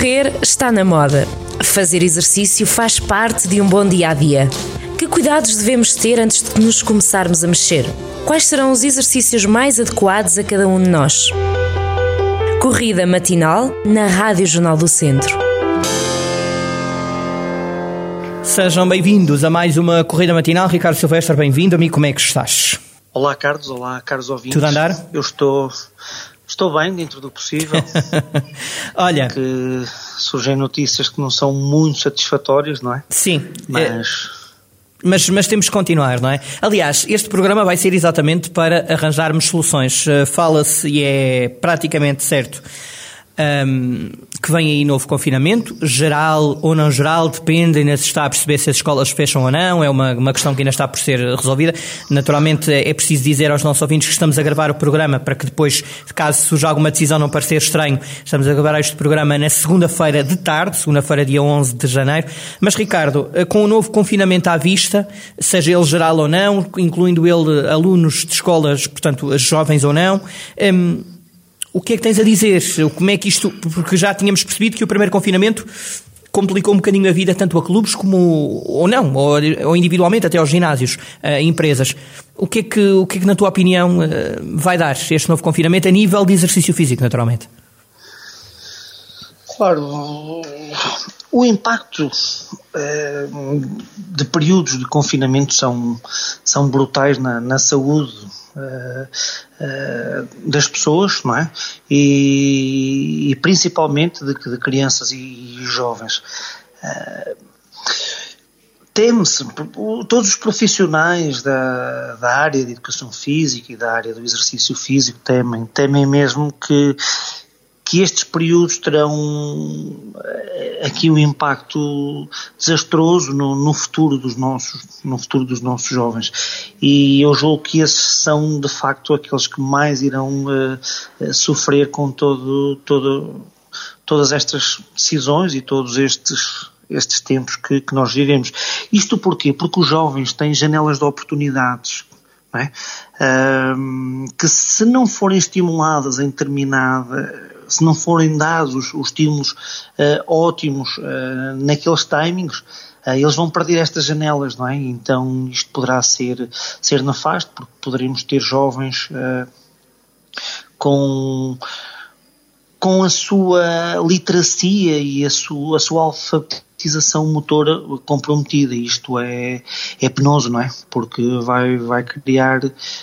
Correr está na moda. Fazer exercício faz parte de um bom dia-a-dia. Que cuidados devemos ter antes de nos começarmos a mexer? Quais serão os exercícios mais adequados a cada um de nós? Corrida matinal na Rádio Jornal do Centro. Sejam bem-vindos a mais uma corrida matinal. Ricardo Silvestre, bem-vindo. Amigo, como é que estás? Olá, Carlos. Olá, caros ouvintes. Tudo a andar? Eu estou bem, dentro do possível. Olha... Que surgem notícias que não são muito satisfatórias, não é? Sim. Mas temos que continuar, não é? Aliás, este programa vai ser exatamente para arranjarmos soluções. Fala-se, e é praticamente certo, que vem aí novo confinamento, geral ou não geral, depende, ainda se está a perceber se as escolas fecham ou não, é uma questão que ainda está por ser resolvida. Naturalmente é preciso dizer aos nossos ouvintes que estamos a gravar o programa para que depois, caso surja alguma decisão não parecer estranho, estamos a gravar este programa na segunda-feira de tarde, segunda-feira dia 11 de janeiro. Mas Ricardo, com o novo confinamento à vista, seja ele geral ou não, incluindo ele alunos de escolas, portanto jovens ou não, o que é que tens a dizer? Como é que isto... Porque já tínhamos percebido que o primeiro confinamento complicou um bocadinho a vida tanto a clubes como... ou não, ou individualmente até aos ginásios, empresas. O que é que na tua opinião vai dar este novo confinamento a nível de exercício físico, naturalmente? Claro, o impacto de períodos de confinamento são brutais na saúde das pessoas, não é? E principalmente de crianças e jovens. Teme-se, todos os profissionais da área de educação física e da área do exercício físico temem mesmo que estes períodos terão aqui um impacto desastroso no futuro dos nossos jovens. E eu julgo que esses são, de facto, aqueles que mais irão sofrer com todas estas decisões e todos estes tempos que nós vivemos. Isto porquê? Porque os jovens têm janelas de oportunidades, não é? Que se não forem estimuladas em se não forem dados os estímulos ótimos naqueles timings, eles vão perder estas janelas, não é? Então isto poderá ser nefasto, porque poderemos ter jovens com a sua literacia e a sua alfabetização motora comprometida. Isto é penoso, não é? Porque vai criar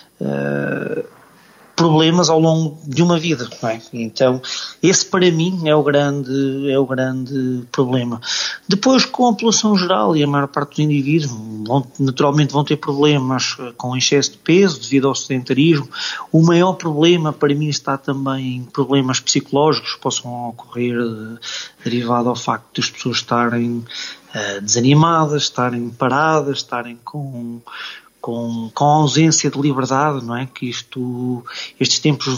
problemas ao longo de uma vida, não é? Então, esse para mim é o grande problema. Depois, com a população geral e a maior parte dos indivíduos, naturalmente vão ter problemas com excesso de peso devido ao sedentarismo. O maior problema para mim está também em problemas psicológicos que possam ocorrer derivado ao facto de as pessoas estarem desanimadas, estarem paradas, estarem com ausência de liberdade, não é? Que estes tempos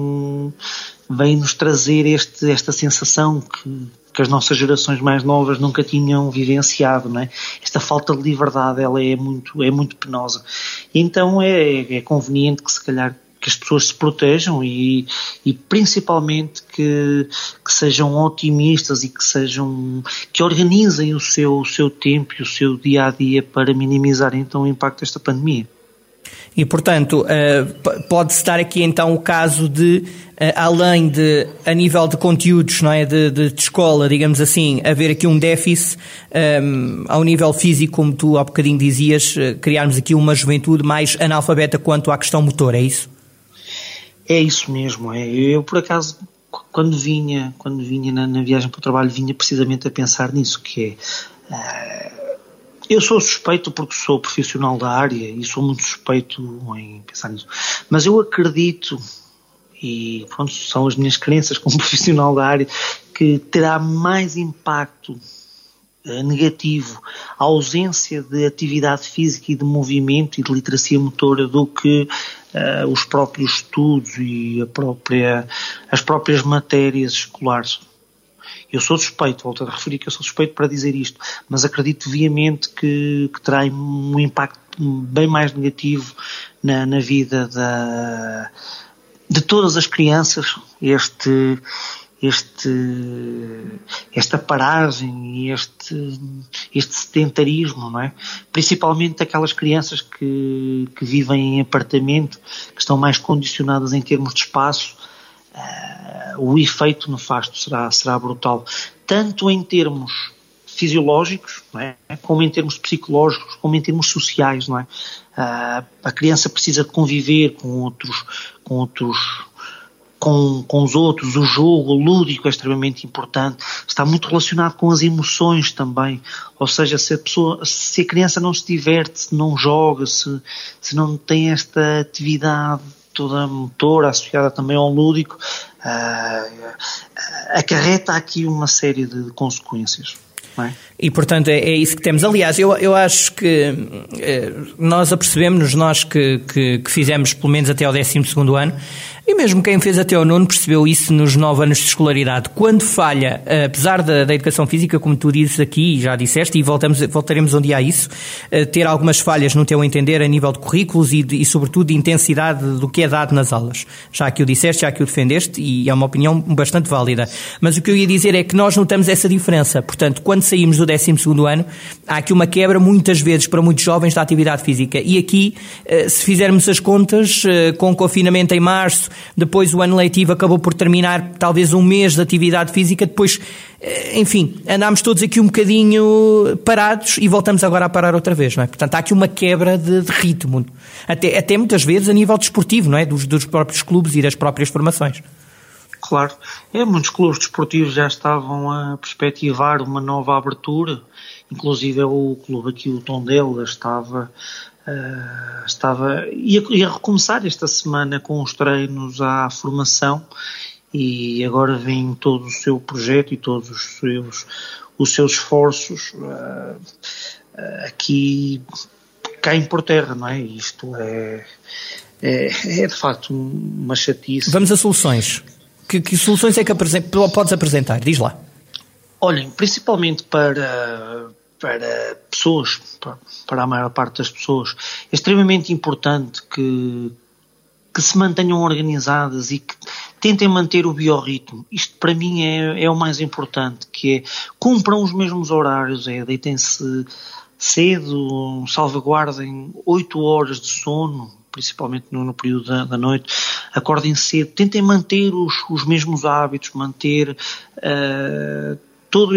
vêm nos trazer esta sensação que as nossas gerações mais novas nunca tinham vivenciado, não é? Esta falta de liberdade, ela é muito penosa. Então é conveniente que se calhar que as pessoas se protejam e principalmente que sejam otimistas e que organizem o seu tempo e o seu dia-a-dia para minimizar então o impacto desta pandemia. E, portanto, pode-se dar aqui então o caso de, além de, a nível de conteúdos, não é, de escola, digamos assim, haver aqui um déficit ao nível físico, como tu há bocadinho dizias, criarmos aqui uma juventude mais analfabeta quanto à questão motora, é isso? É isso mesmo. Eu, por acaso, quando vinha na viagem para o trabalho, vinha precisamente a pensar nisso, que é... eu sou suspeito porque sou profissional da área e sou muito suspeito em pensar nisso. Mas eu acredito, e pronto, são as minhas crenças como profissional da área, que terá mais impacto negativo a ausência de atividade física e de movimento e de literacia motora do que os próprios estudos e as próprias matérias escolares. Eu sou suspeito, volto a referir que eu sou suspeito para dizer isto, mas acredito viamente que terá um impacto bem mais negativo na vida de todas as crianças esta paragem e este sedentarismo, não é? Principalmente aquelas crianças que vivem em apartamento, que estão mais condicionadas em termos de espaço, o efeito nefasto será brutal, tanto em termos fisiológicos, não é? Como em termos psicológicos, como em termos sociais, não é? A criança precisa de conviver com os outros, o jogo lúdico é extremamente importante, está muito relacionado com as emoções também, ou seja, se a criança não se diverte, se não joga, se não tem esta atividade toda motora associada também ao lúdico, acarreta aqui uma série de consequências. É? E portanto é isso que temos. Aliás, eu acho que nós apercebemos-nos, nós que fizemos pelo menos até ao 12º ano, e mesmo quem fez até ao 9º percebeu isso nos 9 anos de escolaridade. Quando falha, apesar da educação física, como tu dizes aqui e já disseste, e voltaremos um dia a isso, ter algumas falhas no teu entender a nível de currículos e sobretudo de intensidade do que é dado nas aulas. Já que o disseste, já que o defendeste, e é uma opinião bastante válida. Mas o que eu ia dizer é que nós notamos essa diferença. Portanto, quando saímos do 12º ano, há aqui uma quebra muitas vezes para muitos jovens da atividade física. E aqui, se fizermos as contas, com o confinamento em março, depois o ano letivo acabou por terminar talvez um mês de atividade física, depois, enfim, andámos todos aqui um bocadinho parados e voltamos agora a parar outra vez, não é? Portanto, há aqui uma quebra de ritmo, até muitas vezes a nível desportivo, não é? Dos próprios clubes e das próprias formações. Claro, muitos clubes desportivos já estavam a perspectivar uma nova abertura, inclusive o clube aqui, o Tondela, ia recomeçar esta semana com os treinos à formação e agora vem todo o seu projeto e todos os seus esforços aqui caem por terra, não é? Isto é de facto uma chatice. Vamos a soluções. Que soluções é que podes apresentar? Diz lá. Olhem, principalmente para pessoas, para a maior parte das pessoas, é extremamente importante que se mantenham organizadas e que tentem manter o biorritmo. Isto para mim é o mais importante, que é cumpram os mesmos horários, deitem-se cedo, salvaguardem 8 horas de sono, principalmente no período da noite, acordem cedo, tentem manter os mesmos hábitos, manter todo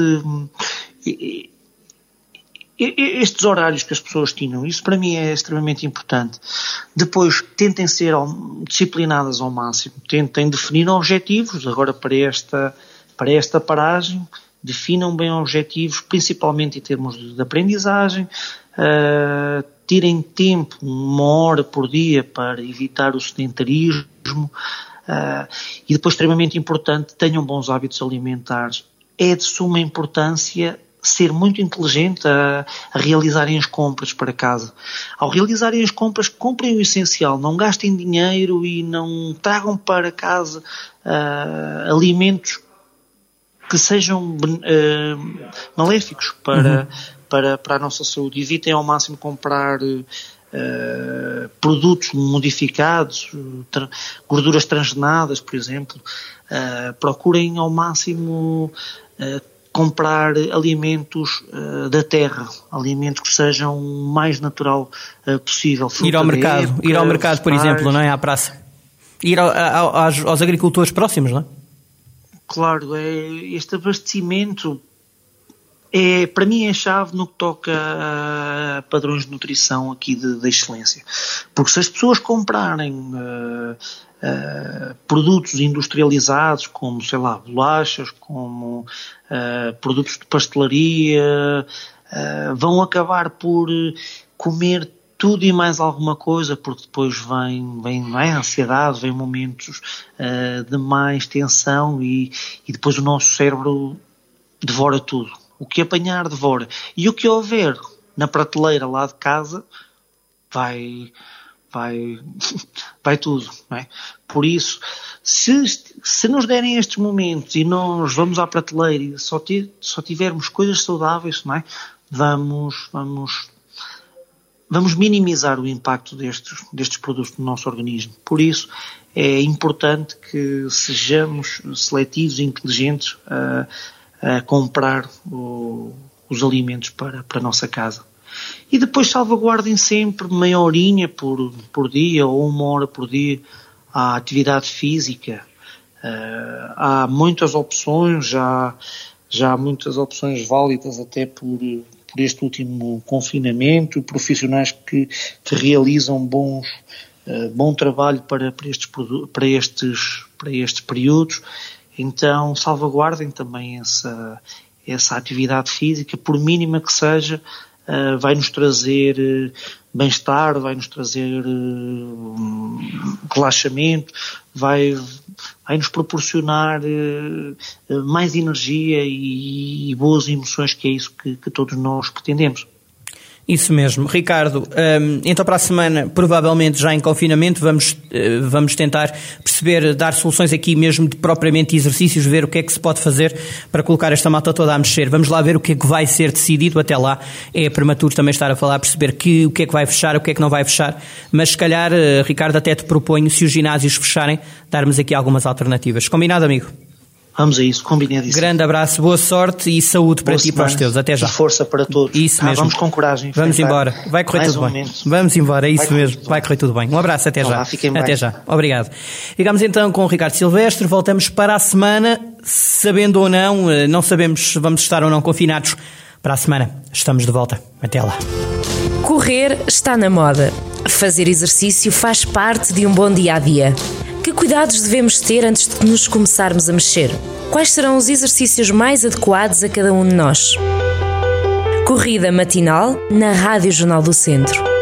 estes horários que as pessoas tinham. Isso para mim é extremamente importante. Depois, tentem ser disciplinadas ao máximo, tentem definir objetivos, agora para esta paragem, definam bem objetivos, principalmente em termos de aprendizagem, tirem tempo, 1 hora por dia, para evitar o sedentarismo, e depois, extremamente importante, tenham bons hábitos alimentares. É de suma importância ser muito inteligente a realizarem as compras para casa. Ao realizarem as compras, comprem o essencial, não gastem dinheiro e não tragam para casa alimentos que sejam maléficos para a nossa saúde. Evitem ao máximo comprar produtos modificados, gorduras transgenadas, por exemplo. Procurem ao máximo comprar alimentos da terra, alimentos que sejam o mais natural possível. Ir ao mercado, por exemplo, não é? À praça. Ir aos agricultores próximos, não é? Claro, este abastecimento para mim é chave no que toca a padrões de nutrição aqui da excelência. Porque se as pessoas comprarem produtos industrializados, como, sei lá, bolachas, como produtos de pastelaria, vão acabar por comer tudo e mais alguma coisa, porque depois vem não é, a ansiedade, vem momentos de mais tensão e depois o nosso cérebro devora tudo. O que apanhar, devora. E o que houver na prateleira lá de casa, vai tudo, não é? Por isso, se nos derem estes momentos e nós vamos à prateleira e só tivermos coisas saudáveis, não é? Vamos vamos minimizar o impacto destes produtos no nosso organismo. Por isso, é importante que sejamos seletivos e inteligentes a comprar os alimentos para a nossa casa. E depois salvaguardem sempre meia horinha por dia ou 1 hora por dia a atividade física. Há muitas opções, já há muitas opções válidas até por este último confinamento, profissionais que realizam bom trabalho para estes períodos. Então salvaguardem também essa atividade física, por mínima que seja. Vai nos trazer bem-estar, vai nos trazer relaxamento, vai nos proporcionar mais energia e boas emoções, que é isso que todos nós pretendemos. Isso mesmo. Ricardo, então para a semana, provavelmente já em confinamento, vamos tentar perceber, dar soluções aqui mesmo de propriamente exercícios, ver o que é que se pode fazer para colocar esta malta toda a mexer. Vamos lá ver o que é que vai ser decidido. Até lá é prematuro também estar a falar, perceber o que é que vai fechar, o que é que não vai fechar, mas se calhar, Ricardo, até te proponho, se os ginásios fecharem, darmos aqui algumas alternativas. Combinado, amigo? Vamos a isso, combinadíssimo. Grande abraço, boa sorte e saúde para ti e para os teus. Até já. E força para todos. Isso mesmo. Vamos com coragem. Vamos embora. Vai correr tudo bem. Vamos embora, é isso mesmo. Vai correr tudo bem. Um abraço, até já. Até já. Obrigado. Ficamos então com o Ricardo Silvestre. Voltamos para a semana, sabendo ou não, não sabemos se vamos estar ou não confinados. Para a semana estamos de volta. Até lá. Correr está na moda. Fazer exercício faz parte de um bom dia-a-dia. Que cuidados devemos ter antes de nos começarmos a mexer? Quais serão os exercícios mais adequados a cada um de nós? Corrida matinal na Rádio Jornal do Centro.